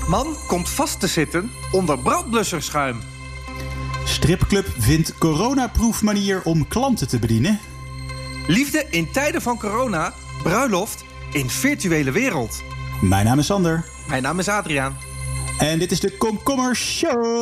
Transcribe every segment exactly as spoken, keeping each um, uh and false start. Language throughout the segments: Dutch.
Man komt vast te zitten onder brandblusserschuim. Stripclub vindt coronaproefmanier om klanten te bedienen. Liefde in tijden van corona. Bruiloft in virtuele wereld. Mijn naam is Sander. Mijn naam is Adriaan. En dit is de Komkommer Show.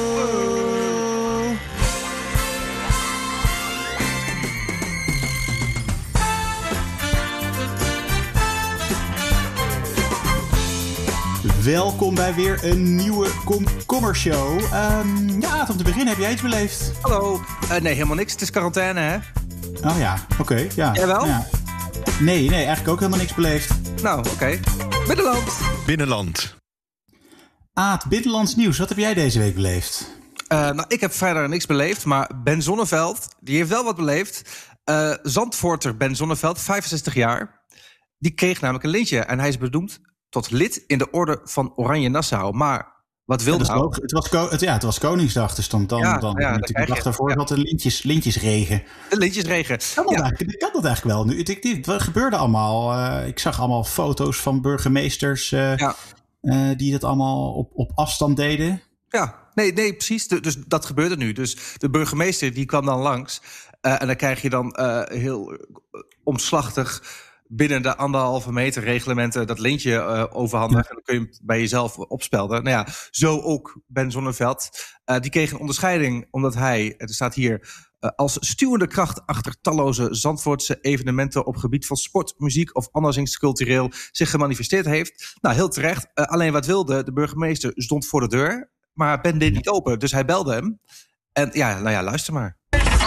Welkom bij weer een nieuwe Komkommer Show. Um, ja, om te beginnen, heb jij iets beleefd? Hallo. Uh, nee, helemaal niks. Het is quarantaine, hè? Oh ja, oké. Okay, ja. Jij wel? Ja. Nee, nee, eigenlijk ook helemaal niks beleefd. Nou, oké. Okay. Binnenland. Binnenland. Aad, binnenlands nieuws. Wat heb jij deze week beleefd? Uh, nou, ik heb verder niks beleefd, maar Ben Zonneveld, die heeft wel wat beleefd. Uh, Zandvoorter Ben Zonneveld, vijfenzestig jaar, die kreeg namelijk een lintje. En hij is benoemd tot lid in de orde van Oranje Nassau. Maar wat wilde ja, nou? Het was, het, ja, het was Koningsdag, dus dan, dan, ja, dan ja, natuurlijk de dag daarvoor ja. had een lintjes, lintjesregen. De lintjesregen. Kan dat, ja. eigenlijk, kan dat eigenlijk wel? Nu, het, het, het gebeurde allemaal. Uh, ik zag allemaal foto's van burgemeesters uh, ja. uh, die dat allemaal op, op afstand deden. Ja, nee, nee precies. De, dus dat gebeurde nu. Dus de burgemeester die kwam dan langs. Uh, en dan krijg je dan uh, heel uh, omslachtig binnen de anderhalve meter reglementen dat lintje uh, overhandigen. Ja. En dan kun je hem bij jezelf opspelden. Nou ja, zo ook Ben Zonneveld. Uh, die kreeg een onderscheiding omdat hij, er staat hier, uh, als stuwende kracht achter talloze Zandvoortse evenementen op gebied van sport, muziek of anderszins cultureel zich gemanifesteerd heeft. Nou, heel terecht. Uh, alleen wat wilde, de burgemeester stond voor de deur, maar Ben deed niet open. Dus hij belde hem. En ja, nou ja, luister maar.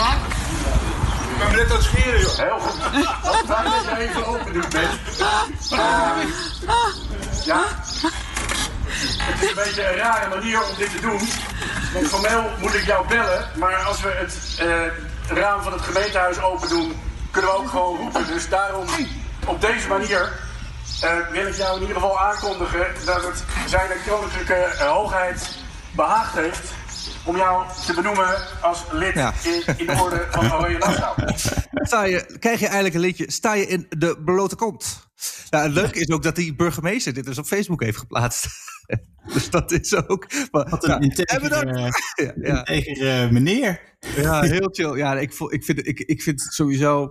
Ik ben net aan het scheren, joh. Heel goed. Fijn dat je even open doet, Ben. Uh, ja. Het is een beetje een rare manier om dit te doen. Want formeel moet ik jou bellen. Maar als we het uh, raam van het gemeentehuis open doen, kunnen we ook gewoon roepen. Dus daarom, op deze manier, uh, wil ik jou in ieder geval aankondigen dat het zijn koninklijke uh, hoogheid behaagd heeft om jou te benoemen als lid ja. in, in de orde van Oranje Nassau. Sta je, krijg je eigenlijk een liedje, sta je in de blote kont. Ja, het leuke is ook dat die burgemeester dit dus op Facebook heeft geplaatst. Dus dat is ook... Maar, Wat een ja, integere, ja, ja. integere meneer. Ja, heel chill. Ja, ik, ik, vind, ik, ik vind sowieso...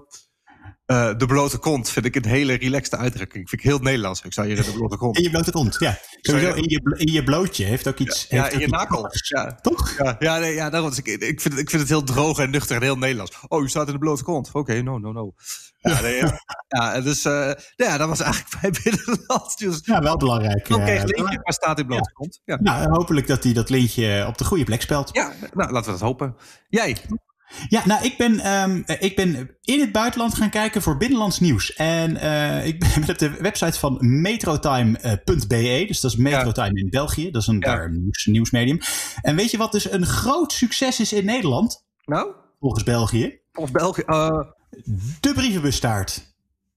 Uh, de blote kont vind ik een hele relaxte uitdrukking. Vind ik heel Nederlands. Ik zou hier in de blote kont. In je blote kont, ja. Sowieso in je, in je blootje heeft ook iets... Ja, heeft in je nakel. Ja. Toch? Ja, ja, nee, ja daarom. Ik, ik, vind het, ik vind het heel droog en nuchter en heel Nederlands. Oh, u staat in de blote kont. Oké, okay, no, no, no. Ja, nee, ja. ja dus uh, ja, dat was eigenlijk bij binnenland. Dus, ja, wel belangrijk. Oké, okay, lintje, maar staat in blote ja. kont. Ja. Nou, hopelijk dat hij dat lintje op de goede plek spelt. Ja, nou, laten we dat hopen. Jij? Ja, nou, ik ben, um, ik ben in het buitenland gaan kijken voor binnenlands nieuws. En uh, ik ben op de website van metrotime punt b e. Dus dat is Metrotime ja. in België. Dat is een, ja. daar, een nieuws, nieuwsmedium. En weet je wat dus een groot succes is in Nederland? Nou? Volgens België. Volgens België? Uh... De brievenbustaart.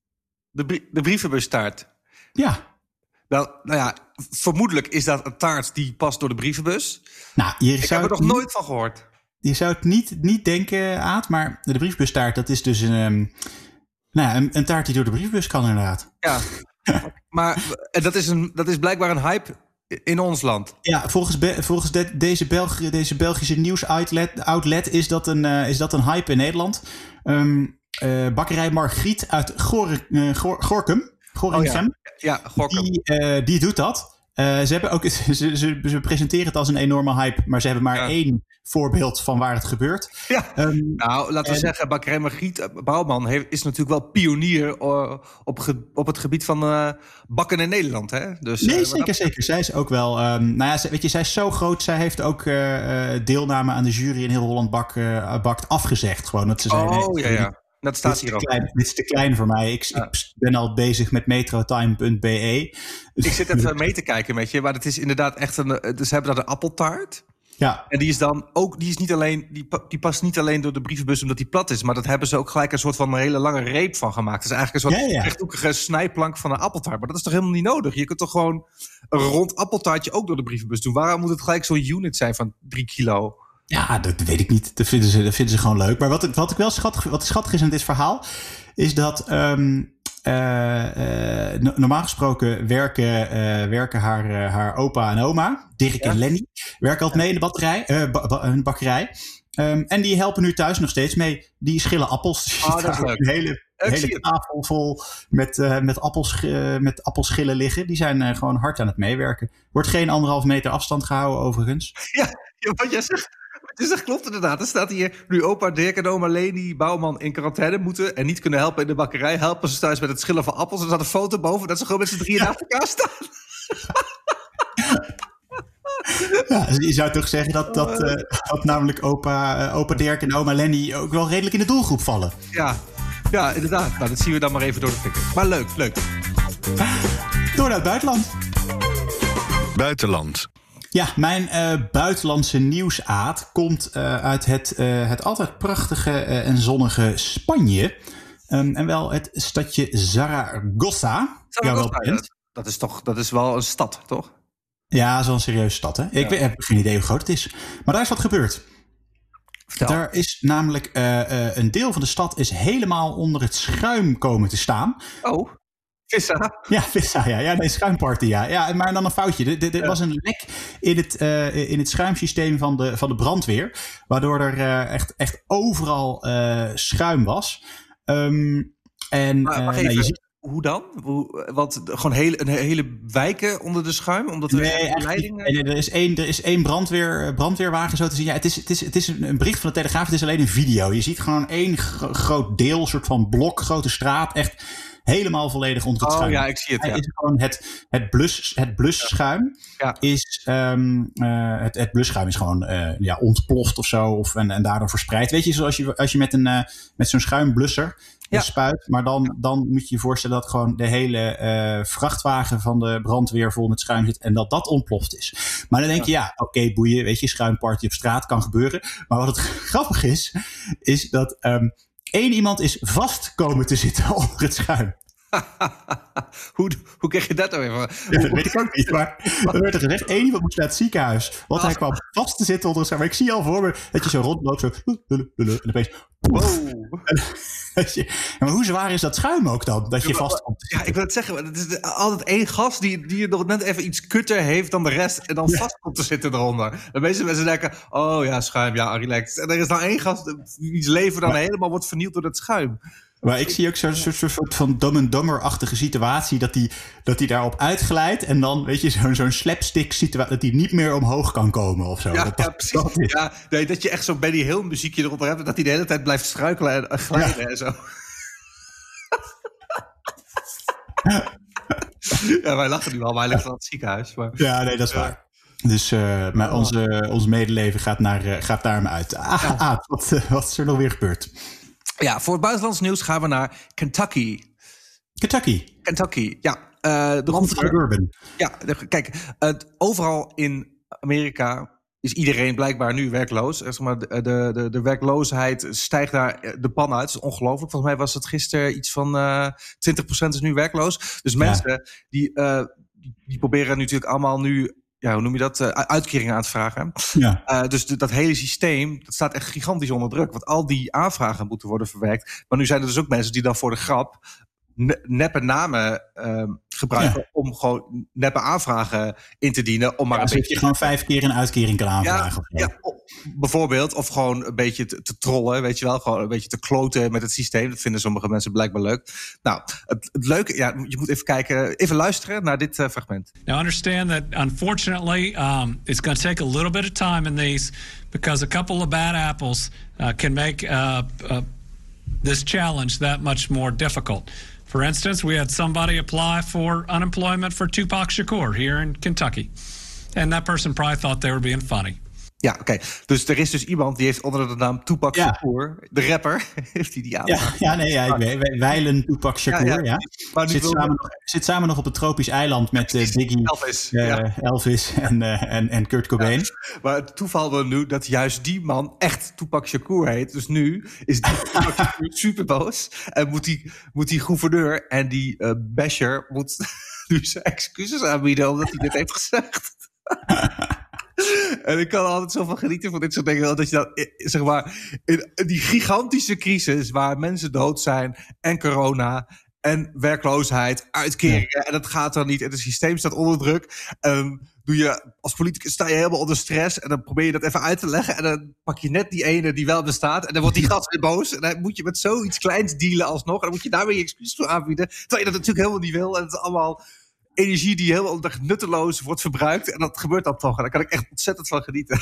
De, brie- de brievenbustaart? Ja. Nou, nou ja, vermoedelijk is dat een taart die past door de brievenbus. Nou, je ik zou heb er nog niet... nooit van gehoord. Je zou het niet, niet denken, Aad, maar de briefbustaart, dat is dus een, um, nou ja, een, een taart die door de briefbus kan inderdaad. Ja, maar dat is, een, dat is blijkbaar een hype in ons land. Ja, volgens, Be- volgens de, deze, Belgi- deze Belgische nieuwsoutlet outlet is, dat een, uh, is dat een hype in Nederland. Um, uh, bakkerij Margriet uit Gor- uh, Gor- Gorinchem. Gorinchem. Oh ja, ja Gorinchem. Die, uh, die doet dat. Uh, ze, hebben ook, ze, ze, ze presenteren het als een enorme hype, maar ze hebben maar ja. één voorbeeld van waar het gebeurt. Ja. Um, nou, laten we en... zeggen, bakkerij Margriet Bouwman heeft, is natuurlijk wel pionier uh, op, ge, op het gebied van uh, bakken in Nederland. Hè? Dus, nee, uh, zeker, dat... zeker. Zij is ook wel... Um, nou ja, weet je, zij is zo groot. Zij heeft ook uh, deelname aan de jury in heel Holland Bak, uh, Bakt afgezegd. Gewoon, dat ze zei, oh, nee, ja, ja. Dat staat dit, hier is klein, dit is te klein voor mij. Ik, ja. ik ben al bezig met metrotime punt b e. Dus ik zit even mee te kijken met je. Maar het is inderdaad echt een... Dus ze hebben dat een appeltaart. Ja. En die is dan ook... Die is niet alleen... Die, die past niet alleen door de brievenbus omdat die plat is. Maar dat hebben ze ook gelijk een soort van een hele lange reep van gemaakt. Het is eigenlijk een soort ja, ja. rechthoekige snijplank van een appeltaart. Maar dat is toch helemaal niet nodig? Je kunt toch gewoon een rond appeltaartje ook door de brievenbus doen? Waarom moet het gelijk zo'n unit zijn van drie kilo? Ja, dat weet ik niet. Dat vinden ze, dat vinden ze gewoon leuk. Maar wat, wat ik wel schattig, wat schattig is aan dit verhaal, is dat um, Uh, uh, no- normaal gesproken werken, uh, werken haar, uh, haar opa en oma, Dirk ja. en Lenny, werken altijd mee in de batterij, uh, ba- ba- een bakkerij. Um, en die helpen nu thuis nog steeds mee. Die schillen appels. Oh, dat is leuk. Een hele, hele tafel vol met, uh, met, appels, uh, met appelschillen liggen. Die zijn uh, gewoon hard aan het meewerken. Wordt geen anderhalf meter afstand gehouden overigens. Ja, ja wat jij zegt. Dus dat klopt inderdaad. Er staat hier, nu opa Dirk en oma Leni Bouwman in quarantaine moeten en niet kunnen helpen in de bakkerij, helpen ze thuis met het schillen van appels. Er staat een foto boven dat ze gewoon met z'n drieën naast elkaar staan. Ja, je zou toch zeggen dat, dat, uh, dat namelijk opa, uh, opa Dirk en oma Lenny ook wel redelijk in de doelgroep vallen. Ja, ja inderdaad. Nou, dat zien we dan maar even door de vingers. Maar leuk, leuk. Door naar het buitenland. Buitenland. Ja, mijn uh, buitenlandse nieuwsaad komt uh, uit het, uh, het altijd prachtige uh, en zonnige Spanje. Um, en wel het stadje Zaragoza. Zaragoza, ja, dat, dat, is toch, dat is wel een stad, toch? Ja, zo'n serieuze stad, hè? Ik ja. heb geen idee hoe groot het is. Maar daar is wat gebeurd. Vertel. Daar is namelijk uh, uh, een deel van de stad is helemaal onder het schuim komen te staan. Oh. Vissa. Ja, Vissa, ja. Ja, nee, schuimparty, ja. ja. Maar dan een foutje. Er, er ja. was een lek in het, uh, in het schuimsysteem van de, van de brandweer. Waardoor er uh, echt, echt overal uh, schuim was. Um, en, maar, maar uh, even, nou, je ziet... Hoe dan? Hoe, want gewoon hele, een hele wijken onder de schuim? Omdat er nee, leidingen... nee, er is één, er is één brandweer, brandweerwagen zo te zien. Ja, het is, het is, het is een bericht van de Telegraaf. Het is alleen een video. Je ziet gewoon één gro- groot deel, soort van blok, grote straat. Echt... helemaal volledig onder het oh, schuim. Ja, ik zie het. Ja. Is gewoon het, het, blus, het blusschuim ja. is um, uh, het, het blusschuim is gewoon uh, ja, ontploft of zo of, en, en daardoor verspreid. Weet je, zoals je als je met, een, uh, met zo'n schuimblusser ja. spuit, maar dan, dan moet je je voorstellen dat gewoon de hele uh, vrachtwagen van de brandweer vol met schuim zit en dat dat ontploft is. Maar dan denk je, ja, ja oké, okay, boeien, weet je, schuimparty op straat kan gebeuren. Maar wat het grappig is, is dat um, één iemand is vast komen te zitten onder het schuim. hoe, hoe kreeg je dat nou even? Ja, dat weet ik ook niet, maar er werd er gezegd, één iemand moest naar het ziekenhuis. Want hij kwam vast te zitten onder het schuim. Maar ik zie al voor me dat je zo rondloopt, zo... En opeens... Wow. Je, maar hoe zwaar is dat schuim ook dan? Dat je vast komt. Ja, ik wil het zeggen. Het is altijd één gast die, die nog net even iets kutter heeft dan de rest. En dan ja. vast komt te zitten eronder. De meeste mensen denken, oh ja, schuim, ja, relax. En er is dan één gast wiens leven dan maar, helemaal wordt vernield door dat schuim. Maar ik zie ook zo'n soort, soort van Dumb and Dumber-achtige situatie. Dat hij dat die daarop uitglijdt. En dan, weet je, zo'n, zo'n slapstick situatie. Dat hij niet meer omhoog kan komen of zo. Ja, dat, ja dat, precies. Dat, is. Ja, nee, dat je echt zo'n Benny Hill muziekje eronder hebt. Dat hij de hele tijd blijft struikelen en, en glijden ja. en zo. Ja, wij lachen nu al, maar hij ligt aan het ziekenhuis. Maar... Ja, nee, dat is waar. Dus uh, maar onze, ons medeleven gaat, naar, uh, gaat naar hem uit. Ah, ja. ah, wat, uh, wat is er nog weer gebeurd? Ja, voor het buitenlands nieuws gaan we naar Kentucky. Kentucky? Kentucky, ja. Uh, de Land van Urban. Ja, de, kijk, uh, overal in Amerika is iedereen blijkbaar nu werkloos. Zeg maar, de, de, de werkloosheid stijgt daar de pan uit. Dat is ongelooflijk. Volgens mij was het gisteren iets van uh, twintig procent is nu werkloos. Dus mensen ja. die, uh, die proberen natuurlijk allemaal nu... Ja, hoe noem je dat? Uh, uitkeringen aan te vragen. Ja. Uh, dus de, dat hele systeem, dat staat echt gigantisch onder druk. Want al die aanvragen moeten worden verwerkt. Maar nu zijn er dus ook mensen die dan voor de grap ne- neppe namen uh, gebruiken... Ja. om gewoon neppe aanvragen in te dienen. Om maar ja, een zodat beetje... je gewoon vijf keer een uitkering kan aanvragen. Ja, ja, of, bijvoorbeeld. Of gewoon een beetje te, te trollen, weet je wel. Gewoon een beetje te kloten met het systeem. Dat vinden sommige mensen blijkbaar leuk. Nou, het, het leuke... Ja, je moet even kijken, even luisteren naar dit uh, fragment. Now understand that unfortunately um, it's going to take a little bit of time in these because a couple of bad apples uh, can make uh, uh, this challenge that much more difficult. For instance, we had somebody apply for unemployment for Tupac Shakur here in Kentucky. And that person probably thought they were being funny. Ja, oké. Okay. Dus er is dus iemand die heeft onder de naam Tupac ja. Shakur, de rapper, heeft hij die aan. Ja, ja, nee, ja, ik weet. Wijlen Tupac Shakur, ja. ja. ja. Maar zit, samen nog, zit samen nog op een tropisch eiland met uh, Biggie, Elvis, uh, ja. Elvis en, uh, en, en Kurt Cobain. Ja. Maar het toeval wil nu dat juist die man echt Tupac Shakur heet. Dus nu is die Tupac Shakur super boos. En moet die, moet die gouverneur en die uh, basher moet nu zijn excuses aanbieden omdat hij dit heeft gezegd. En ik kan altijd zo van genieten van dit soort dingen. Dat je dan, zeg maar, in die gigantische crisis waar mensen dood zijn en corona en werkloosheid, uitkeringen. Ja. En dat gaat dan niet. En het systeem staat onder druk. En doe je, als politicus sta je helemaal onder stress. En dan probeer je dat even uit te leggen. En dan pak je net die ene die wel bestaat. En dan wordt die gast weer boos. En dan moet je met zoiets kleins dealen alsnog. En dan moet je daar weer je excuus voor aanbieden. Terwijl je dat natuurlijk helemaal niet wil. En het is allemaal energie die helemaal nutteloos wordt verbruikt. En dat gebeurt dan toch. En daar kan ik echt ontzettend van genieten.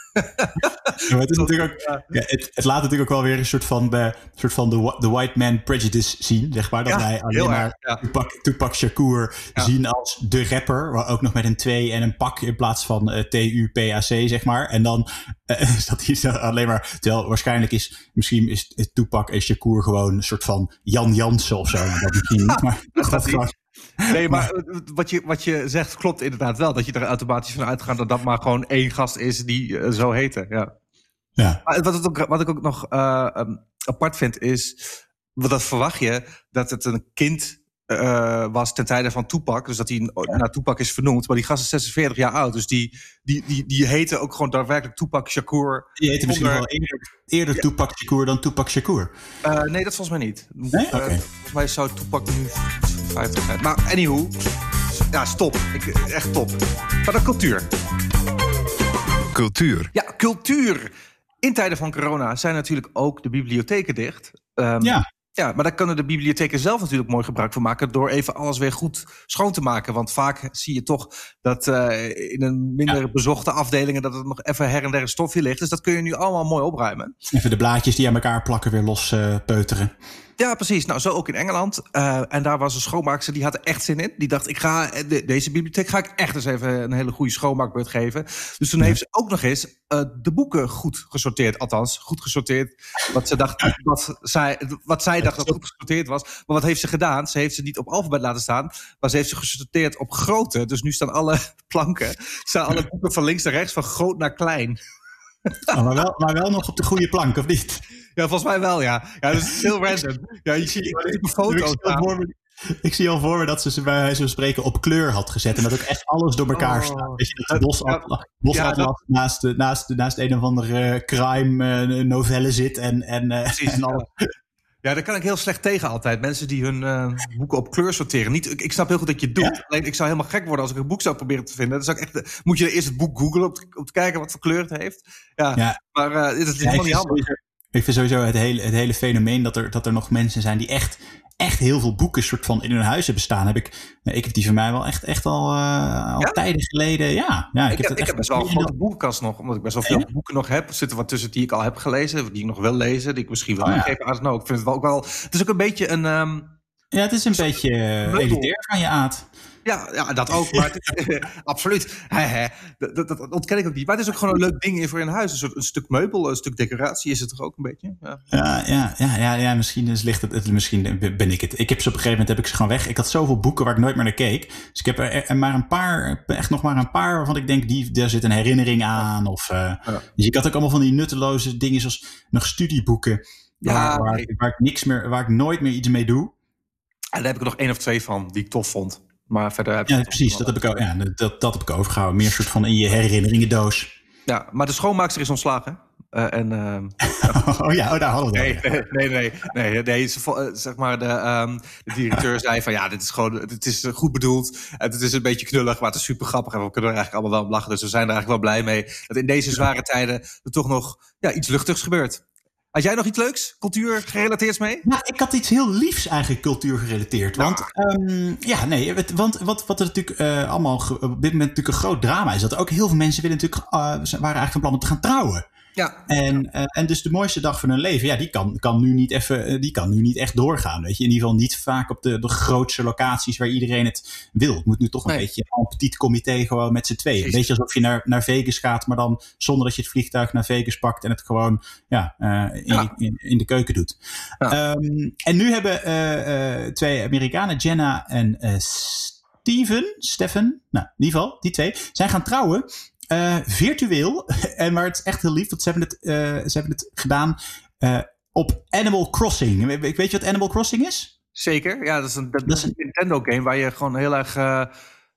Ja, het, is natuurlijk ook, ja, het, het laat natuurlijk ook wel weer een soort van de, soort van de, de white man prejudice zien, zeg maar. Dat ja, wij alleen maar erg, ja. Tupac, Tupac Shakur ja. zien als de rapper, maar ook nog met een twee en een pak in plaats van uh, T U P A C, zeg maar. En dan uh, is dat hier alleen maar, terwijl waarschijnlijk is, misschien is Tupac en Shakur gewoon een soort van Jan Jansen of zo. Dat misschien niet, maar dat gaat gewoon... Nee, maar wat je, wat je zegt klopt inderdaad wel. Dat je er automatisch van uitgaat dat dat maar gewoon één gast is die uh, zo heette. Ja. Ja. Maar wat, het ook, wat ik ook nog uh, um, apart vind is, wat dat verwacht je, dat het een kind uh, was ten tijde van Tupac. Dus dat hij ja. naar Tupac is vernoemd. Maar die gast is zesenveertig jaar oud. Dus die, die, die, die heette ook gewoon daadwerkelijk Tupac Shakur. Die heette misschien onder... wel eerder, eerder ja. Tupac Shakur dan Tupac Shakur. Uh, nee, dat volgens mij niet. Nee? Uh, okay. Volgens mij zou Tupac nu vijftig zijn. Maar anywho, ja, stop. Ik, echt top. Maar de cultuur. Cultuur. Ja, cultuur. In tijden van corona zijn natuurlijk ook de bibliotheken dicht. Um, ja. Ja, maar daar kunnen de bibliotheken zelf natuurlijk mooi gebruik van maken door even alles weer goed schoon te maken. Want vaak zie je toch dat uh, in een minder ja. bezochte afdelingen dat er nog even her en der een stofje ligt. Dus dat kun je nu allemaal mooi opruimen. Even de blaadjes die aan elkaar plakken weer los uh, peuteren. Ja, precies. Nou, zo ook in Engeland. Uh, en daar was een schoonmaakster, die had er echt zin in. Die dacht, ik ga de, deze bibliotheek ga ik echt eens even een hele goede schoonmaakbeurt geven. Dus toen ja. heeft ze ook nog eens uh, de boeken goed gesorteerd. Althans, goed gesorteerd. Wat ze dacht, wat zij, wat zij dacht dat goed gesorteerd was. Maar wat heeft ze gedaan? Ze heeft ze niet op alfabet laten staan. Maar ze heeft ze gesorteerd op grootte. Dus nu staan alle planken, staan alle boeken van links naar rechts, van groot naar klein. Oh, maar, wel, maar wel nog op de goede plank, of niet? Ja, volgens mij wel, ja. Ja, dat is heel random. Ja, je ziet een foto staan. Ik zie al voor me dat ze ze bij wijze van spreken op kleur had gezet. En dat ook echt alles door elkaar oh, staat. Weet je, dat de bosatlas ja, dat... naast, naast, naast een of andere crime uh, novelle zit. En, en, uh, Precies, en alle... Ja, daar kan ik heel slecht tegen altijd. Mensen die hun uh, boeken op kleur sorteren. Niet, ik, ik snap heel goed dat je het doet. Ja? Alleen ik zou helemaal gek worden als ik een boek zou proberen te vinden. Dan zou ik echt, moet je eerst het boek googlen om te, om te kijken wat voor kleur het heeft. Ja, ja. Maar uh, dat is ja, helemaal niet handig. Ik vind sowieso het hele, het hele fenomeen dat er, dat er nog mensen zijn die echt, echt heel veel boeken soort van in hun huis hebben staan. Heb ik, ik heb die van mij wel echt, echt al, uh, al ja? tijden geleden. Ja, ja, ik, ik heb, heb, ik heb best wel een grote boekenkast nog. Omdat ik best wel veel ja? boeken nog heb. Er zitten wat tussen die ik al heb gelezen. Die ik nog wil lezen. Die ik misschien wil aangeven. Oh, ja. nou, ik vind het wel ook wel... Het is ook een beetje een... Um, ja, het is een beetje uh, elitair van je aard. Ja, ja, dat ook. Maar het is, absoluut. He, he. Dat, dat, dat ontken ik ook niet. Maar het is ook gewoon een leuk ding voor in huis. Een, soort, een stuk meubel, een stuk decoratie is het toch ook een beetje? Ja, ja, ja, ja, ja, ja misschien, is, ligt het, het, misschien ben ik het. Ik heb ze op een gegeven moment heb ik ze gewoon weg. Ik had zoveel boeken waar ik nooit meer naar keek. Dus ik heb er, er maar een paar, echt nog maar een paar waarvan ik denk, die, daar zit een herinnering aan. Of, uh, ja. Dus ik had ook allemaal van die nutteloze dingen zoals nog studieboeken. Ja, waar, waar, nee. waar ik niks meer, waar ik nooit meer iets mee doe. En daar heb ik er nog één of twee van die ik tof vond. Maar verder heb ja, precies. Dat heb, ik ook, ja, dat, dat heb ik overgehouden. Meer soort van in je herinneringendoos. Ja, maar de schoonmaakster is ontslagen. Uh, en, uh, oh ja, oh, daar hadden we het nee, nee, nee, nee, nee, nee. Zeg maar, de, um, de directeur zei van ja, dit is gewoon, het is goed bedoeld. Het is een beetje knullig, maar het is super grappig. En we kunnen er eigenlijk allemaal wel om lachen. Dus we zijn er eigenlijk wel blij mee dat in deze zware tijden er toch nog ja, iets luchtigs gebeurt. Had jij nog iets leuks, cultuur gerelateerd mee? Nou, ik had iets heel liefs eigenlijk cultuur gerelateerd. Want, ja, um, ja nee, want wat, wat er natuurlijk uh, allemaal ge, op dit moment natuurlijk een groot drama is, dat ook heel veel mensen willen natuurlijk, uh, waren eigenlijk van plan om te gaan trouwen. Ja. En, uh, en dus de mooiste dag van hun leven, ja, die kan, kan nu niet even, die kan nu niet echt doorgaan. Weet je, in ieder geval niet vaak op de, de grootste locaties waar iedereen het wil. Het moet nu toch een nee. beetje een petit comité gewoon met z'n tweeën. Een beetje alsof je naar, naar Vegas gaat, maar dan zonder dat je het vliegtuig naar Vegas pakt en het gewoon ja, uh, in, ja. in, in de keuken doet. Ja. Um, en nu hebben uh, uh, twee Amerikanen, Jenna en uh, Steven, Stefan, nou in ieder geval, die twee, zijn gaan trouwen. Uh, virtueel. En maar het is echt heel lief. Want ze hebben het, uh, ze hebben het gedaan uh, op Animal Crossing. Weet je wat Animal Crossing is? Zeker. Ja, dat is een, dat, dat is een Nintendo game waar je gewoon heel erg uh,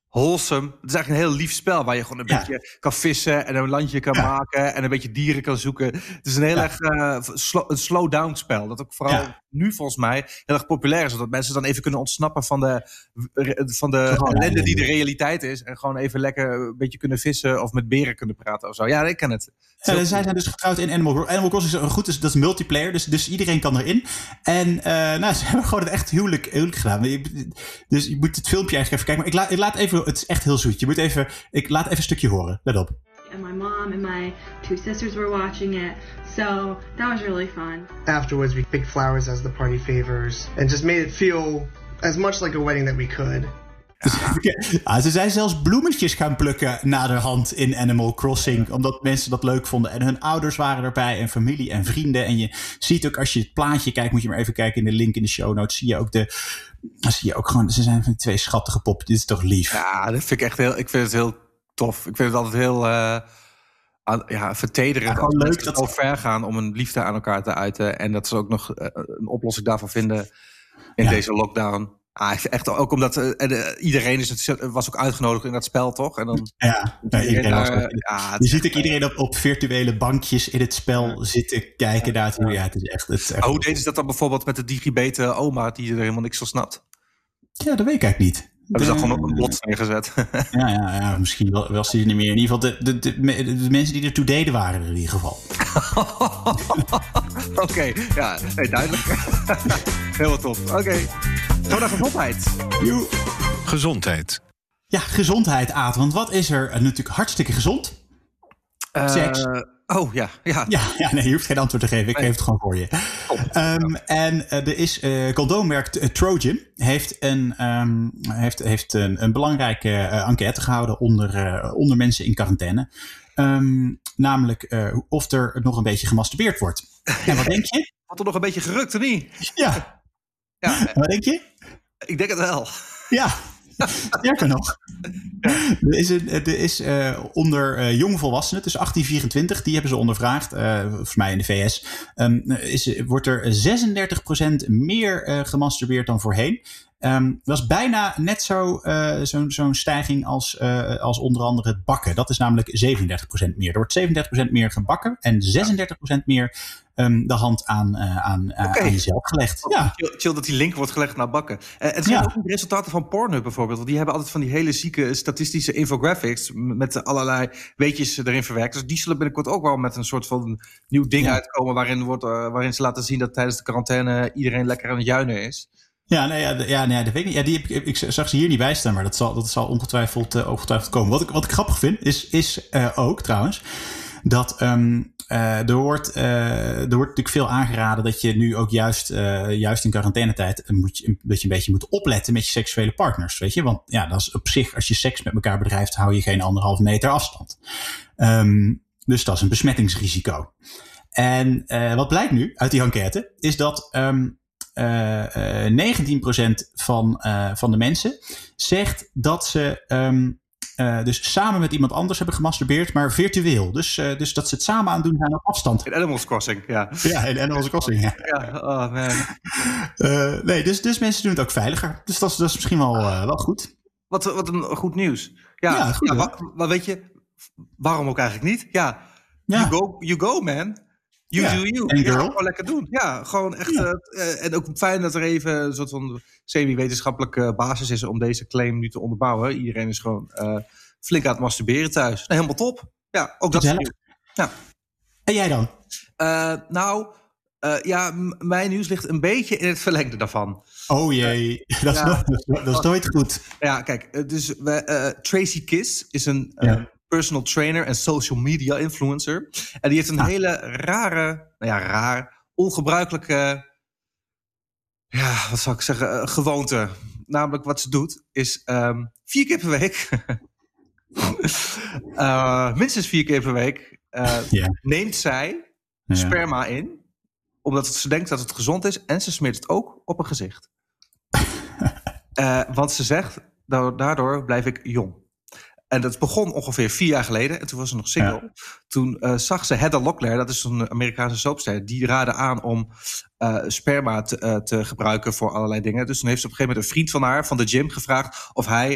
wholesome. Het is eigenlijk een heel lief spel waar je gewoon een ja. beetje kan vissen en een landje kan ja. maken en een beetje dieren kan zoeken. Het is een heel ja. erg uh, slow, een slow-down spel. Dat ook vooral ja. nu volgens mij heel erg populair is. Zodat mensen dan even kunnen ontsnappen van de, van de ellende die de realiteit is. En gewoon even lekker een beetje kunnen vissen of met beren kunnen praten of zo. Ja, ik ken het. Ja, zij zijn dus getrouwd in Animal, Animal Crossing. Is goed, dus dat is multiplayer, dus, dus iedereen kan erin. En uh, nou, ze hebben gewoon het echt huwelijk, huwelijk gedaan. Dus je moet het filmpje eigenlijk even kijken. Maar ik, la, ik laat even, het is echt heel zoet. Je moet even, ik laat even een stukje horen. Let op. And my mom and my two sisters were watching it, so that was really fun. Afterwards, we picked flowers as the party favors and just made it feel as much like a wedding that we could. Ja, ze zijn zelfs bloemetjes gaan plukken naderhand in Animal Crossing. Omdat mensen dat leuk vonden. En hun ouders waren erbij. En familie en vrienden. En je ziet ook als je het plaatje kijkt. Moet je maar even kijken in de link in de show notes. Zie je ook de... Dan zie je ook gewoon... Ze zijn van die twee schattige poppen. Dit is toch lief? Ja, dat vind ik echt heel... Ik vind het heel tof. Ik vind het altijd heel... Uh, ja, vertederend. Ja, gewoon leuk dat ze zo ver gaan om een liefde aan elkaar te uiten. En dat ze ook nog uh, een oplossing daarvan vinden in ja. deze lockdown. Ah, echt ook omdat uh, uh, iedereen is het, was ook uitgenodigd in dat spel, toch? En dan ja, ja iedereen daar, was ook, ja, je ziet ook iedereen op, op virtuele bankjes in het spel ja. zitten kijken ja, daartoe. Ja, het is echt. Het is echt oh, hoe deden ze dat dan bijvoorbeeld met de digibete oma die er helemaal niks van snapt? Ja, dat weet ik eigenlijk niet. Hebben ze dat gewoon op een blad neergezet? Ja, ja, ja, misschien wel, was die er niet meer. In ieder geval, de, de, de, de mensen die ertoe deden waren er in ieder geval. Oké, okay, ja, nee, duidelijk. Heel top. Oké, okay. Zo naar gezondheid. Joe. Gezondheid. Ja, gezondheid, Aad. Want wat is er uh, natuurlijk hartstikke gezond? Uh, Seks. Oh, ja. Ja. Ja, ja, nee, je hoeft geen antwoord te geven. Ik nee. geef het gewoon voor je. Um, en uh, er is uh, condoommerk uh, Trojan heeft een, um, heeft, heeft een, een belangrijke uh, enquête gehouden onder, uh, onder mensen in quarantaine. Um, namelijk uh, of er nog een beetje gemasturbeerd wordt. En wat denk je? Had er nog een beetje gerukt, of niet? Ja. Ja. Wat denk je? Ik denk het wel. Ja. Sterker nog. Ja. Er is, een, er is uh, onder uh, jongvolwassenen tussen achttien en vierentwintig, die hebben ze ondervraagd, uh, volgens mij in de V S, um, is, wordt er zesendertig procent meer uh, gemasturbeerd dan voorheen. Um, dat is bijna net zo, uh, zo'n, zo'n stijging als, uh, als onder andere het bakken. Dat is namelijk zevenendertig procent meer. Er wordt zevenendertig procent meer gebakken en zesendertig procent meer um, de hand aan, uh, aan, uh, okay. aan jezelf gelegd. Oh, ja. chill, chill dat die link wordt gelegd naar bakken. Uh, het zijn ja. ook de resultaten van Pornhub bijvoorbeeld. Want die hebben altijd van die hele zieke statistische infographics met allerlei weetjes erin verwerkt. Dus die zullen binnenkort ook wel met een soort van nieuw ding ja. uitkomen waarin, wordt, uh, waarin ze laten zien dat tijdens de quarantaine iedereen lekker aan het juinen is. Ja, nee, ja, ja, nee, dat weet ik niet. Ja, die, ik, ik zag ze hier niet bij staan, maar dat zal, dat zal ongetwijfeld, uh, ongetwijfeld komen. Wat ik, wat ik grappig vind, is, is uh, ook trouwens, dat um, uh, er, wordt, uh, er wordt natuurlijk veel aangeraden dat je nu ook juist, uh, juist in quarantainetijd moet je, dat je een beetje moet opletten met je seksuele partners, weet je. Want ja, dat is op zich, als je seks met elkaar bedrijft, hou je geen anderhalve meter afstand. Um, dus dat is een besmettingsrisico. En uh, wat blijkt nu uit die enquête, is dat um, Uh, uh, negentien procent van, uh, van de mensen zegt dat ze um, uh, dus samen met iemand anders hebben gemasturbeerd, maar virtueel. Dus, uh, dus dat ze het samen aan doen zijn op afstand. In Animal Crossing, ja. Ja, in Animal Crossing, ja. ja. Oh man. Uh, nee, dus, dus mensen doen het ook veiliger. Dus dat is, dat is misschien wel, uh, wel goed. Wat, wat een goed nieuws. Ja, ja, goed, ja maar, maar weet je, waarom ook eigenlijk niet? Ja, ja. You, go, you go, man. You ja, do you. Ja, gewoon lekker doen. Ja, gewoon echt. Ja. Uh, en ook fijn dat er even een soort van semi-wetenschappelijke basis is om deze claim nu te onderbouwen. Iedereen is gewoon uh, flink aan het masturberen thuis. Nou, helemaal top. Ja, ook dat is nieuws. Ja. En jij dan? Uh, nou, uh, ja, m- mijn nieuws ligt een beetje in het verlengde daarvan. Oh jee, uh, dat, is ja, nooit, dat is nooit goed. Ja, kijk, dus we, uh, Tracy Kiss is een uh, ja. personal trainer en social media influencer. En die heeft een ah. hele rare, nou ja, raar, ongebruikelijke, ja, wat zou ik zeggen, uh, gewoonte. Namelijk wat ze doet, is um, vier keer per week, uh, minstens vier keer per week, uh, yeah. neemt zij ja. sperma in, omdat ze denkt dat het gezond is en ze smeert het ook op een gezicht. uh, want ze zegt, daardoor blijf ik jong. En dat begon ongeveer vier jaar geleden. En toen was ze nog single. Ja. Toen uh, zag ze Heather Locklear, dat is een Amerikaanse soapster. Die raadde aan om uh, sperma te, uh, te gebruiken voor allerlei dingen. Dus toen heeft ze op een gegeven moment een vriend van haar van de gym gevraagd of hij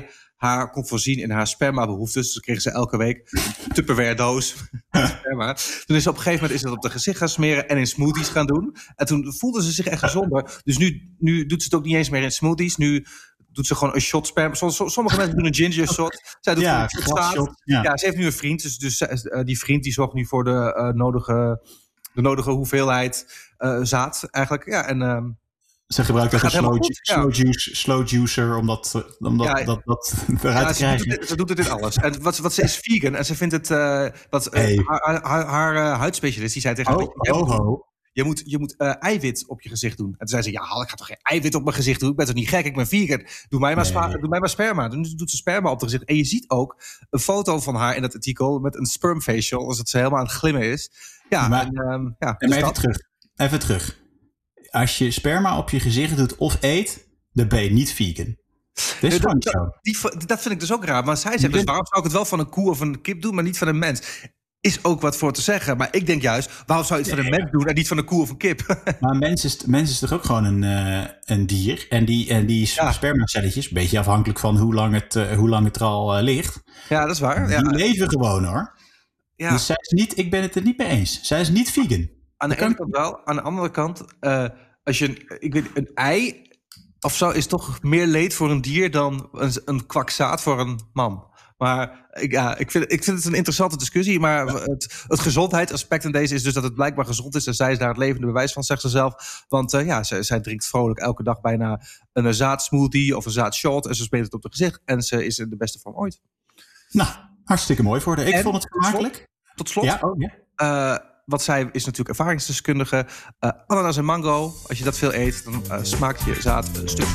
haar kon voorzien in haar spermabehoeftes. Dus kregen ze elke week een Tupperware doos sperma. Toen is ze op een gegeven moment is dat op de gezicht gaan smeren en in smoothies gaan doen. En toen voelde ze zich echt gezonder. Dus nu, nu doet ze het ook niet eens meer in smoothies. Nu doet ze gewoon een shot sperma. Sommige mensen doen een ginger shot. Zij doet ja, een shot shot. Ja. ja, ze heeft nu een vriend. Dus, dus uh, die vriend die zorgt nu voor de uh, nodige, de nodige hoeveelheid uh, zaad eigenlijk. Ja, en... Uh, Ze gebruikt ook een slow, goed, slow, ja. juice, slow juicer om dat, om dat, ja, dat, dat eruit ja, te krijgen. Ze doet, ze doet het in alles. En wat, wat ze is vegan en ze vindt het... Uh, wat, uh, hey. Haar, haar, haar uh, huidspecialist die zei tegen haar... Oh, oh, oh. Je moet, je moet uh, eiwit op je gezicht doen. En toen zei ze, ja, ik ga toch geen eiwit op mijn gezicht doen? Ik ben toch niet gek, ik ben vegan. Doe mij maar, nee. spa, doe mij maar sperma. Dan doet ze sperma op het gezicht. En je ziet ook een foto van haar in dat artikel met een sperm facial, als het ze helemaal aan het glimmen is. Ja, maar, en, um, ja, en dus even dat. terug. Even terug. Als je sperma op je gezicht doet of eet, dan ben je niet vegan. Dat is gewoon zo. Die, dat vind ik dus ook raar. Maar zij zegt dus, waarom zou ik het wel van een koe of een kip doen, maar niet van een mens? Is ook wat voor te zeggen. Maar ik denk juist, waarom zou je het nee, van een mens doen en niet van een koe of een kip? Maar mens is, mens is toch ook gewoon een, uh, een dier? En die, en die ja. spermacelletjes, een beetje afhankelijk van hoe lang het, uh, hoe lang het er al uh, ligt. Ja, dat is waar. Die ja. leven gewoon hoor. Ja. Dus zij is niet, ik ben het er niet mee eens. Zij is niet vegan. Aan de ene kant wel. Aan de andere kant, uh, als je een, ik weet, een ei of zo is toch meer leed voor een dier dan een, een kwak zaad voor een man. Maar ik, ja, ik, vind, ik vind het een interessante discussie. Maar ja. het, het gezondheidsaspect in deze is dus dat het blijkbaar gezond is. En zij is daar het levende bewijs van, zegt ze zelf. Want uh, ja, zij, zij drinkt vrolijk elke dag bijna een, een zaadsmoothie of een zaadshot. En ze smeert het op het gezicht. En ze is de beste van ooit. Nou, hartstikke mooi voor haar. Ik en, vond het gemakkelijk. Tot slot. Ja, oh, ja. Uh, Want zij is natuurlijk ervaringsdeskundige. Uh, ananas en mango, als je dat veel eet, dan uh, smaakt je zaad een stuk.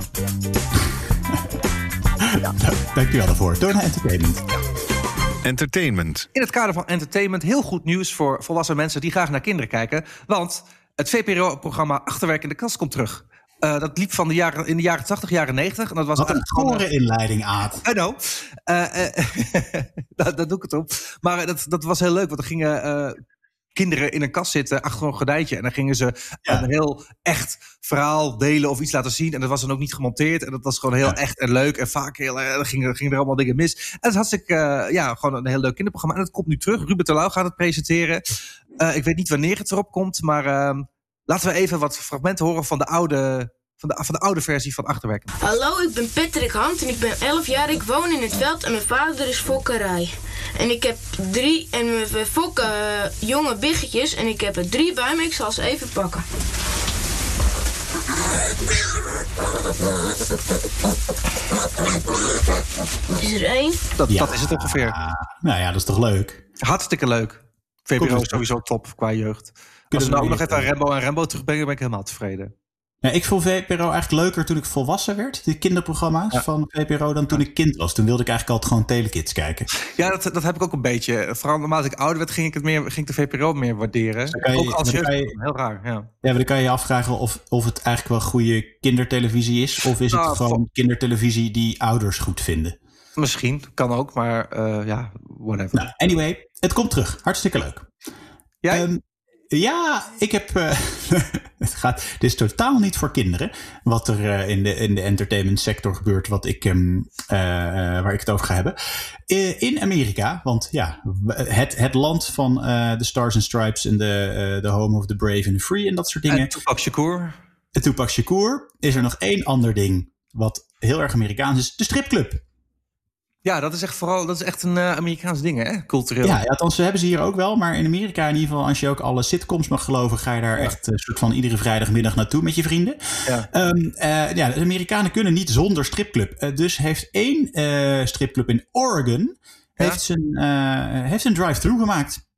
Ja. Nou, dankjewel daarvoor. Door naar entertainment. Ja. Entertainment. In het kader van entertainment heel goed nieuws voor volwassen mensen die graag naar kinderen kijken. Want het V P R O-programma Achterwerk in de kast komt terug. Uh, dat liep van de jaren, in de jaren tachtig, jaren negentig. En dat was Wat een gore inleiding, Aad. I know. Uh, uh, dat, dat doe ik het op. Maar dat, dat was heel leuk, want er gingen... Uh, kinderen in een kast zitten achter een gordijntje. En dan gingen ze ja. een heel echt verhaal delen of iets laten zien. En dat was dan ook niet gemonteerd. En dat was gewoon heel ja. echt en leuk. En vaak heel, uh, gingen, gingen er allemaal dingen mis. En dat had ik uh, ja, gewoon een heel leuk kinderprogramma. En dat komt nu terug. Ruben Terlouw gaat het presenteren. Uh, ik weet niet wanneer het erop komt. Maar uh, laten we even wat fragmenten horen van de oude... Van de, van de oude versie van Achterwerk. Hallo, ik ben Patrick Hand en ik ben elf jaar. Ik woon in het veld en mijn vader is fokkerij. En ik heb drie, en we fokken uh, jonge biggetjes en ik heb er drie bij me. Ik zal ze even pakken. Is er één? Dat, ja. dat is het ongeveer. Nou ja, dat is toch leuk? Hartstikke leuk. V P R O is sowieso top qua jeugd. Als we nou ook nog even aan Rembo en Rembo terugbrengen, ben ik helemaal tevreden. Ja, ik vond V P R O eigenlijk leuker toen ik volwassen werd. De kinderprogramma's ja. van V P R O dan toen ja. ik kind was. Toen wilde ik eigenlijk altijd gewoon Telekids kijken. Ja, dat, dat heb ik ook een beetje. Vooral naarmate ik ouder werd, ging ik, het meer, ging ik de V P R O meer waarderen. Je, ook als jeugd. Je, heel raar, ja. Ja, maar dan kan je je afvragen of, of het eigenlijk wel goede kindertelevisie is. Of is het nou, gewoon vol... kindertelevisie die ouders goed vinden? Misschien, kan ook. Maar uh, ja, whatever. Nou, anyway, het komt terug. Hartstikke leuk. Jij? Um, Ja, ik heb... Uh, het gaat, dit is totaal niet voor kinderen. Wat er uh, in, de, in de entertainment sector gebeurt. Wat ik, um, uh, waar ik het over ga hebben. Uh, in Amerika. Want ja, het, het land van uh, de Stars and Stripes. En de uh, the home of the brave and the free. En dat soort dingen. En Tupac Shakur. En Tupac Shakur. Is er nog één ander ding. Wat heel erg Amerikaans is. De stripclub. Ja, dat is echt vooral dat is echt een uh, Amerikaans ding, hè? Cultureel. Ja, althans, ze hebben ze hier ook wel. Maar in Amerika in ieder geval, als je ook alle sitcoms mag geloven, ga je daar ja. echt een soort van iedere vrijdagmiddag naartoe met je vrienden. Ja, um, uh, ja de Amerikanen kunnen niet zonder stripclub. Uh, dus heeft één uh, stripclub in Oregon ja. heeft zijn, uh, heeft een drive-thru gemaakt.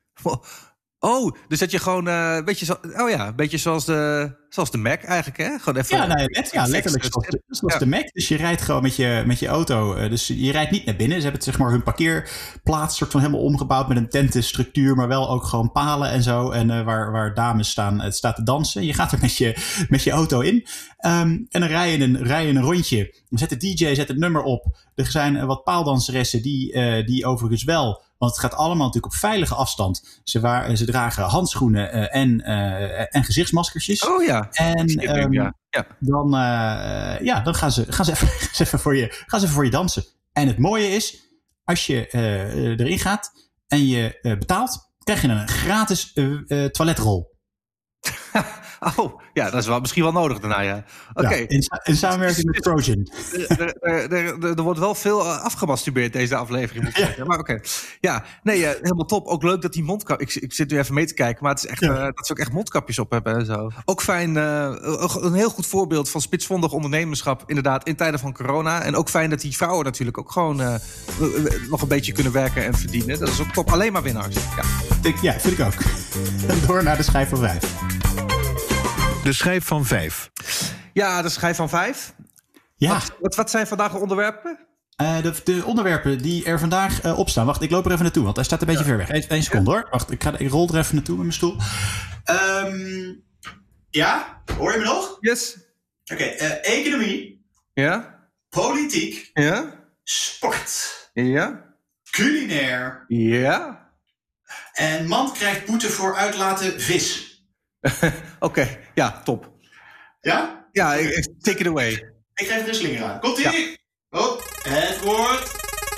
Oh, dus dat je gewoon uh, een beetje zo, oh ja, een beetje zoals de, zoals de Mac eigenlijk, hè? Gewoon even, ja, nou, net, ja, letterlijk zoals, de, zoals ja. de Mac. Dus je rijdt gewoon met je, met je auto. Uh, dus je rijdt niet naar binnen. Ze hebben het, zeg maar, hun parkeerplaats soort van helemaal omgebouwd met een tentenstructuur, maar wel ook gewoon palen en zo. En uh, waar, waar dames staan, het staat te dansen. Je gaat er met je, met je auto in. Um, en dan rij je, een, rij je een rondje. Dan zet de D J zet het nummer op. Er zijn uh, wat paaldanseressen die, uh, die overigens wel... Want het gaat allemaal natuurlijk op veilige afstand. Ze, waar, ze dragen handschoenen uh, en, uh, en gezichtsmaskertjes. Oh ja. En, um, ja. Ja. dan, uh, ja, dan gaan, ze, gaan, ze even, gaan, ze even voor je, gaan ze even voor je dansen. En het mooie is, als je uh, erin gaat en je uh, betaalt, krijg je een gratis uh, uh, toiletrol. Oh, ja, dat is wel, misschien wel nodig daarna, ja. Oké. Okay. Ja, in, in samenwerking met Trojan. Er, er, er, er wordt wel veel afgemasturbeerd deze aflevering, moet ik zeggen. Ja. Maar oké. Okay. Ja, nee, uh, helemaal top. Ook leuk dat die mondkapjes... Ik, ik zit nu even mee te kijken, maar het is echt, ja. uh, dat ze ook echt mondkapjes op hebben en zo. Ook fijn, uh, een heel goed voorbeeld van spitsvondig ondernemerschap, inderdaad, in tijden van corona. En ook fijn dat die vrouwen natuurlijk ook gewoon uh, nog een beetje kunnen werken en verdienen. Dat is ook top. Alleen maar winnaars. Ja, ik, ja vind ik ook. Door naar de schijf van vijf. De schijf van vijf. Ja, de schijf van vijf. Ja. Wat, wat, wat zijn vandaag de onderwerpen? Uh, de, de onderwerpen die er vandaag uh, op staan. Wacht, ik loop er even naartoe, want hij staat een beetje ja. ver weg. Eén, één seconde ja. hoor. Wacht, ik, ga, ik rol er even naartoe met mijn stoel. Um, ja, hoor je me nog? Yes. Oké, okay, uh, economie. Ja. Politiek. Ja. Sport. Ja. Culinair. Ja. En man krijgt boete voor uitlaten vis. Oké, okay, ja, top. Ja? Ja, ik, take it away. Ik geef er een slinger aan. Komt-ie? Ja. Oh, het woord.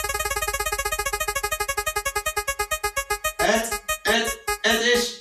Het, het, het is...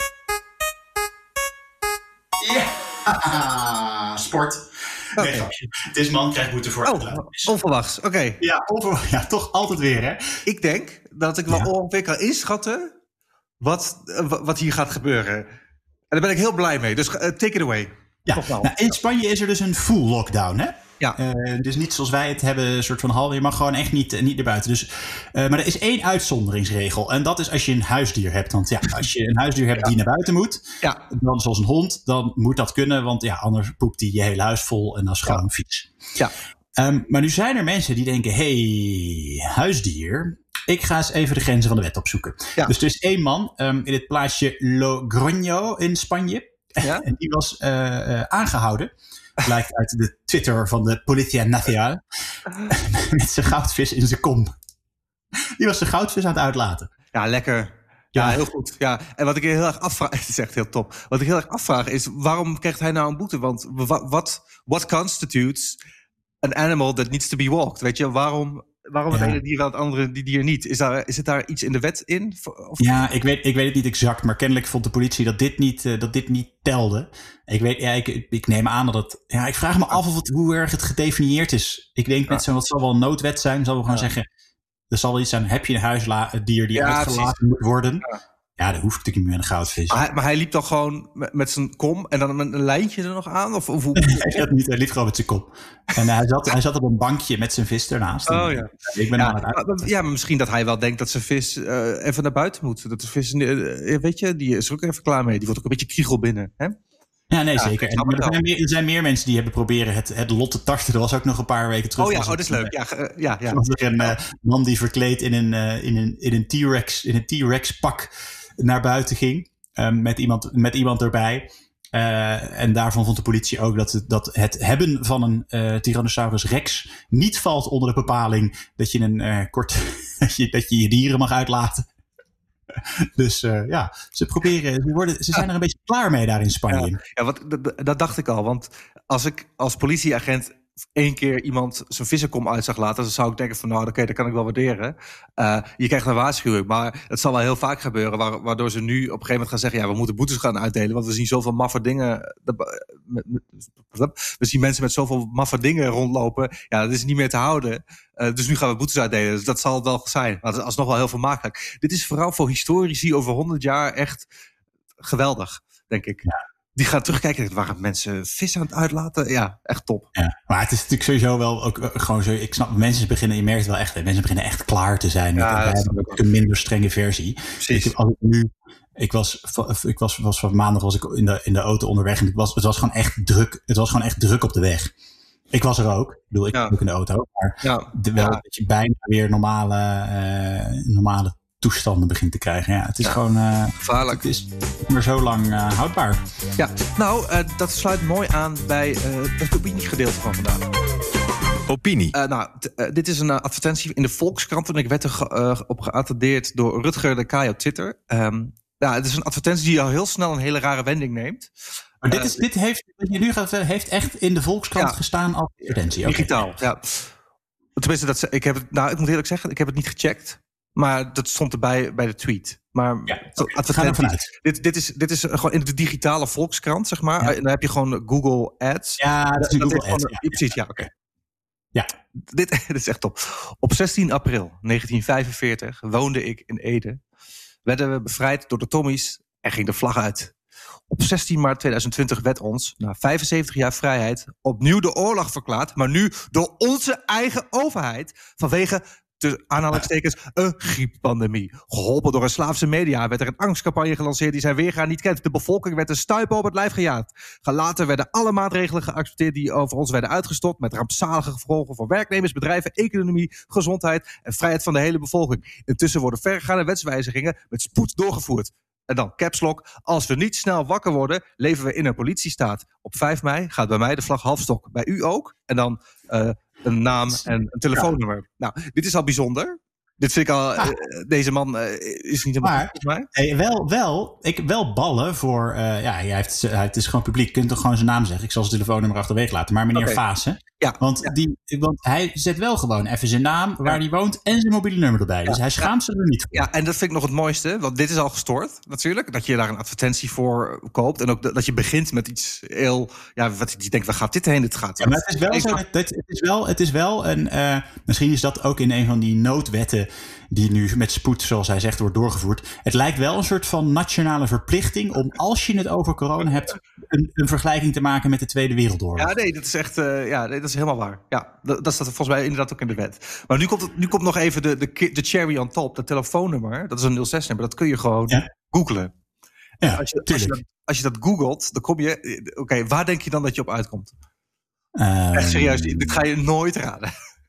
Ja, sport. Okay. Nee, het is man krijgt boete voor... Oh, onverwachts, oké. Okay. Ja, onver... ja, toch altijd weer, hè? Ik denk dat ik wel ja. ongeveer kan inschatten wat, wat hier gaat gebeuren. En daar ben ik heel blij mee. Dus uh, take it away. Ja, nou, in Spanje is er dus een full lockdown, hè? Ja. Uh, dus niet zoals wij het hebben, een soort van hal. Je mag gewoon echt niet, niet naar buiten. Dus, uh, maar er is één uitzonderingsregel. En dat is als je een huisdier hebt. Want ja, als je een huisdier hebt ja. die naar buiten moet, ja. dan zoals een hond, dan moet dat kunnen. Want ja, anders poept hij je hele huis vol en dat is gewoon ja. vies. Ja. Um, maar nu zijn er mensen die denken, hey, huisdier... Ik ga eens even de grenzen van de wet opzoeken. Ja. Dus er is één man um, in het plaatsje Logroño in Spanje. Ja? En die was uh, uh, aangehouden. Blijkt uit de Twitter van de Policia Nacional. Met zijn goudvis in zijn kom. Die was zijn goudvis aan het uitlaten. Ja, lekker. Ja, ja, heel goed. Ja. En wat ik heel erg afvraag... Het is echt heel top. Wat ik heel erg afvraag is... Waarom krijgt hij nou een boete? Want wat what constitutes an animal that needs to be walked? Weet je, waarom... Waarom het ja. ene dier wel het andere die dier niet? Is, daar, is het daar iets in de wet in? Of? Ja, ik weet, ik weet het niet exact. Maar kennelijk vond de politie dat dit niet, uh, dat dit niet telde. Ik, weet, ja, ik, ik neem aan dat het... Ja, ik vraag me af of het, hoe erg het gedefinieerd is. Ik denk met zo'n... Wat zal wel een noodwet zijn. Zal we gewoon ja. zeggen... Er zal wel iets zijn. Heb je een huisdier die ja, uitgelaten moet worden... Ja. Ja, dat hoeft natuurlijk niet meer een goudvis. Maar hij, maar hij liep dan gewoon met, met zijn kom en dan met een lijntje er nog aan? Of, of hoe? Nee, dat niet. Hij liep gewoon met zijn kom. En hij zat, hij zat op een bankje met zijn vis ernaast. Oh ja. Ik ben ja, aan het uit. Maar, ja, maar misschien dat hij wel denkt dat zijn vis uh, even naar buiten moet. Dat de vis, uh, weet je, die is er ook even klaar mee. Die wordt ook een beetje kriegel binnen, hè? Ja, nee, ja, zeker. En, maar er, zijn meer, er zijn meer mensen die hebben proberen het, het lot te tarten. Er was ook nog een paar weken terug. Oh ja, oh, dat is leuk. Ja, uh, ja, ja. Was er een uh, man die verkleed in een, uh, in een, in een T-Rex, in een T-Rex pak naar buiten ging. Um, met, iemand, met iemand erbij. Uh, en daarvan vond de politie ook dat het, dat het hebben van een uh, Tyrannosaurus Rex niet valt onder de bepaling dat je een uh, kort dat je, dat je je dieren mag uitlaten. Dus uh, ja, ze proberen, ze, worden, ze zijn er een beetje klaar mee daar in Spanje. Ja, ja wat, dat, dat dacht ik al. Want als ik als politieagent één keer iemand zijn vissenkom uit zag laten, dan zou ik denken van nou, oké, okay, dat kan ik wel waarderen. Uh, je krijgt een waarschuwing, maar het zal wel heel vaak gebeuren, wa- waardoor ze nu op een gegeven moment gaan zeggen, ja, we moeten boetes gaan uitdelen, want we zien zoveel maffe dingen. We zien mensen met zoveel maffe dingen rondlopen. Ja, dat is niet meer te houden. Uh, dus nu gaan we boetes uitdelen. Dus dat zal het wel zijn. Maar het is alsnog wel heel vermakelijk. Dit is vooral voor historici over honderd jaar echt geweldig, denk ik. Ja. Die gaan terugkijken. Waren mensen vis aan het uitlaten? Ja, echt top. Ja, maar het is natuurlijk sowieso wel ook uh, gewoon zo. Ik snap, mensen beginnen, je merkt het wel echt. Mensen beginnen echt klaar te zijn. Met, ja, met een, een minder strenge versie. Precies. Ik, als ik nu, ik was, ik was, was van maandag was ik in de, in de auto onderweg en het was, het was gewoon echt druk. Het was gewoon echt druk op de weg. Ik was er ook. Ik bedoel, ik ja. ook in de auto. Maar ja. de, wel ja. dat je bijna weer normale, uh, normale toestanden begint te krijgen. Ja, het is ja. gewoon... Uh, gevaarlijk. Het is niet meer zo lang uh, houdbaar. Ja, nou, uh, dat sluit mooi aan bij uh, het opiniegedeelte van vandaag. Opinie. Uh, nou, t- uh, dit is een uh, advertentie in de Volkskrant en ik werd er ge- uh, op geattendeerd door Rutger de Kaai op Twitter. Um, ja, het is een advertentie die al heel snel een hele rare wending neemt. Maar dit, is, dit heeft, wat je nu gaat vertellen, heeft echt in de Volkskrant ja. gestaan als advertentie. Okay. Digitaal, ja. Tenminste, dat, ik, heb het, nou, ik moet eerlijk zeggen, ik heb het niet gecheckt. Maar dat stond erbij bij de tweet. Maar ja, okay. Ga er vanuit. Dit, dit, is, dit is gewoon in de digitale Volkskrant, zeg maar. Ja. En dan heb je gewoon Google Ads. Ja, dat is een Google Ads. Gewoon, ja. Precies, ja, oké. Okay. Ja. Dit, dit is echt top. Op zestien april negentien vijfenveertig woonde ik in Ede. Werden we bevrijd door de Tommies en ging de vlag uit. Op zestien maart tweeduizend twintig werd ons, na vijfenzeventig jaar vrijheid, opnieuw de oorlog verklaard. Maar nu door onze eigen overheid vanwege, tussen aanhalingstekens, een grieppandemie. Geholpen door een Slaafse media werd er een angstcampagne gelanceerd die zijn weerga niet kent. De bevolking werd een stuipen op het lijf gejaagd. Gelaten werden alle maatregelen geaccepteerd die over ons werden uitgestort, met rampzalige gevolgen voor werknemers, bedrijven, economie, gezondheid en vrijheid van de hele bevolking. Intussen worden verregaande wetswijzigingen met spoed doorgevoerd. En dan caps lock. Als we niet snel wakker worden, leven we in een politiestaat. Op vijf mei gaat bij mij de vlag halfstok. Bij u ook. En dan uh, een naam en een telefoonnummer. Ja. Nou, dit is al bijzonder. Dit vind ik al... Ja. Uh, deze man uh, is niet helemaal goed voor mij. Hey, wel, wel, ik, wel ballen voor... Uh, ja, hij heeft, hij, het is gewoon publiek. Je kunt toch gewoon zijn naam zeggen. Ik zal zijn telefoonnummer achterwege laten. Maar meneer okay. Vaassen. Ja. Want, ja. Die, want hij zet wel gewoon even zijn naam, waar ja. hij woont en zijn mobiele nummer erbij. Ja. Dus hij schaamt ja. zich er niet voor. Ja, en dat vind ik nog het mooiste. Want dit is al gestoord natuurlijk. Dat je daar een advertentie voor koopt. En ook dat je begint met iets heel... Ja, wat je denkt, waar gaat dit heen? Dit gaat ja, maar het is wel zo. Het, het, is wel, het is wel een... Uh, misschien is dat ook in een van die noodwetten die nu met spoed, zoals hij zegt, wordt doorgevoerd. Het lijkt wel een soort van nationale verplichting om, als je het over corona hebt, een, een vergelijking te maken met de Tweede Wereldoorlog. Ja, nee, dat is echt... Uh, ja, nee, dat is helemaal waar. Ja, dat, dat staat volgens mij inderdaad ook in de wet. Maar nu komt, het, nu komt nog even de, de, de cherry on top. Dat telefoonnummer, dat is een nul zes nummer. Dat kun je gewoon ja. googlen. Ja, als, je, als, je dat, als je dat googelt, dan kom je... Oké, okay, waar denk je dan dat je op uitkomt? Um, echt serieus, dit ga je nooit raden.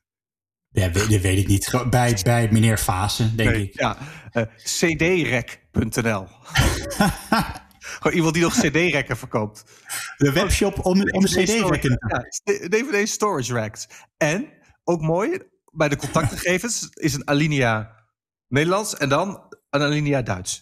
Ja, dat weet ik niet. Bij, bij meneer Vaassen, denk nee, ik. Ja, uh, c d rec punt n l Gewoon iemand die nog cd-rekken verkoopt. De webshop om, om cd-rekken. Ja, D V D storage racks. En, ook mooi, bij de contactgegevens is een alinea Nederlands en dan een alinea Duits.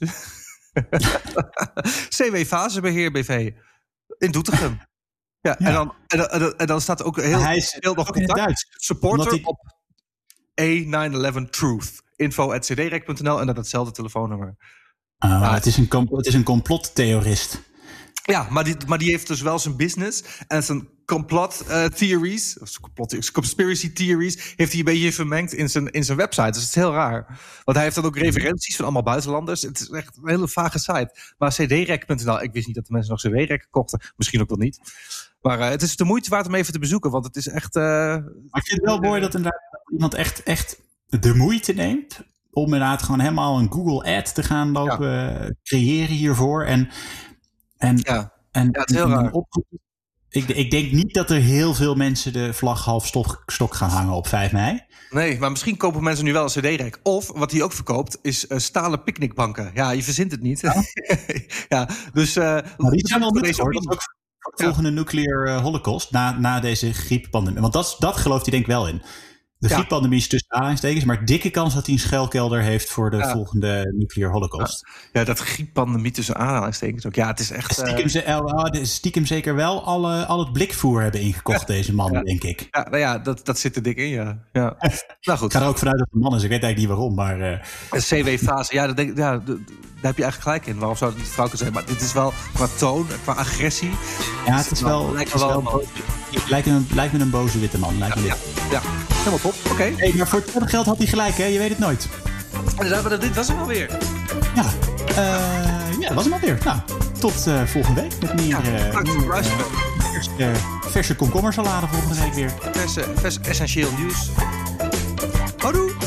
C W Vazenbeheer B V in Doetinchem. Ja, ja. En, dan, en, dan, en dan staat ook heel Hij is heel nog contact. Duits. Supporter ik... op A negen elf Truth. info at c d rec punt n l en dat hetzelfde telefoonnummer. Uh, maar het is een, het is een complottheorist. Ja, maar die, maar die heeft dus wel zijn business en zijn complot uh, theories, of complot, conspiracy theories, heeft hij een beetje vermengd in zijn, in zijn website. Dus het is heel raar. Want hij heeft dan ook referenties van allemaal buitenlanders. Het is echt een hele vage site. Maar c d rec punt n l, ik wist niet dat de mensen nog C D-rek kochten. Misschien ook wel niet. Maar uh, het is de moeite waard om even te bezoeken, want het is echt... Uh, maar ik vind het wel mooi dat inderdaad iemand echt, echt de moeite neemt om inderdaad gewoon helemaal een Google ad te gaan lopen ja. creëren hiervoor. En, en, ja. en, ja, het is heel en, raar. Op, ik, ik denk niet dat er heel veel mensen de vlag half stok, stok gaan hangen op vijf mei. Nee, maar misschien kopen mensen nu wel een C D-rek. Of, wat hij ook verkoopt, is uh, stalen picknickbanken. Ja, je verzint het niet. Ja, ja dus... Uh, maar die zijn wel nuttig, hoor. Dat is ook voor de volgende ja. nuclear uh, holocaust, na, na deze grieppandemie. Want dat, dat gelooft hij denk ik wel in. De ja. grieppandemie is tussen aanhalingstekens, maar dikke kans dat hij een schuilkelder heeft voor de ja. volgende nuclear holocaust. Ja, ja dat grieppandemie tussen aanhalingstekens ook. Ja, het is echt... Stiekem, uh... stiekem zeker wel alle, al het blikvoer hebben ingekocht, ja. deze man, ja. denk ik. Ja, nou ja, dat, dat zit er dik in, ja. ja. Nou goed. Ik ga er ook vanuit dat het een man is, ik weet eigenlijk niet waarom, maar... Uh... C W-fase, ja, dat denk, ja, daar heb je eigenlijk gelijk in. Waarom zou het niet vrouw kunnen zijn? Maar dit is wel qua toon, qua agressie... Ja, het is wel... Lijkt me, wel wel boos, lijkt me, lijkt me een boze witte man. Lijkt ja, me ja, ja, helemaal top. Oké. Okay. Hey, maar voor hetzelfde geld had hij gelijk, hè? Je weet het nooit. Dus, dit was hem alweer. Ja, uh, ja dat was hem alweer. Nou, tot uh, volgende week met meer, ja, uh, meer uh, verse, uh, verse komkommersalade volgende week weer. Verse, verse essentieel nieuws. Houdoe!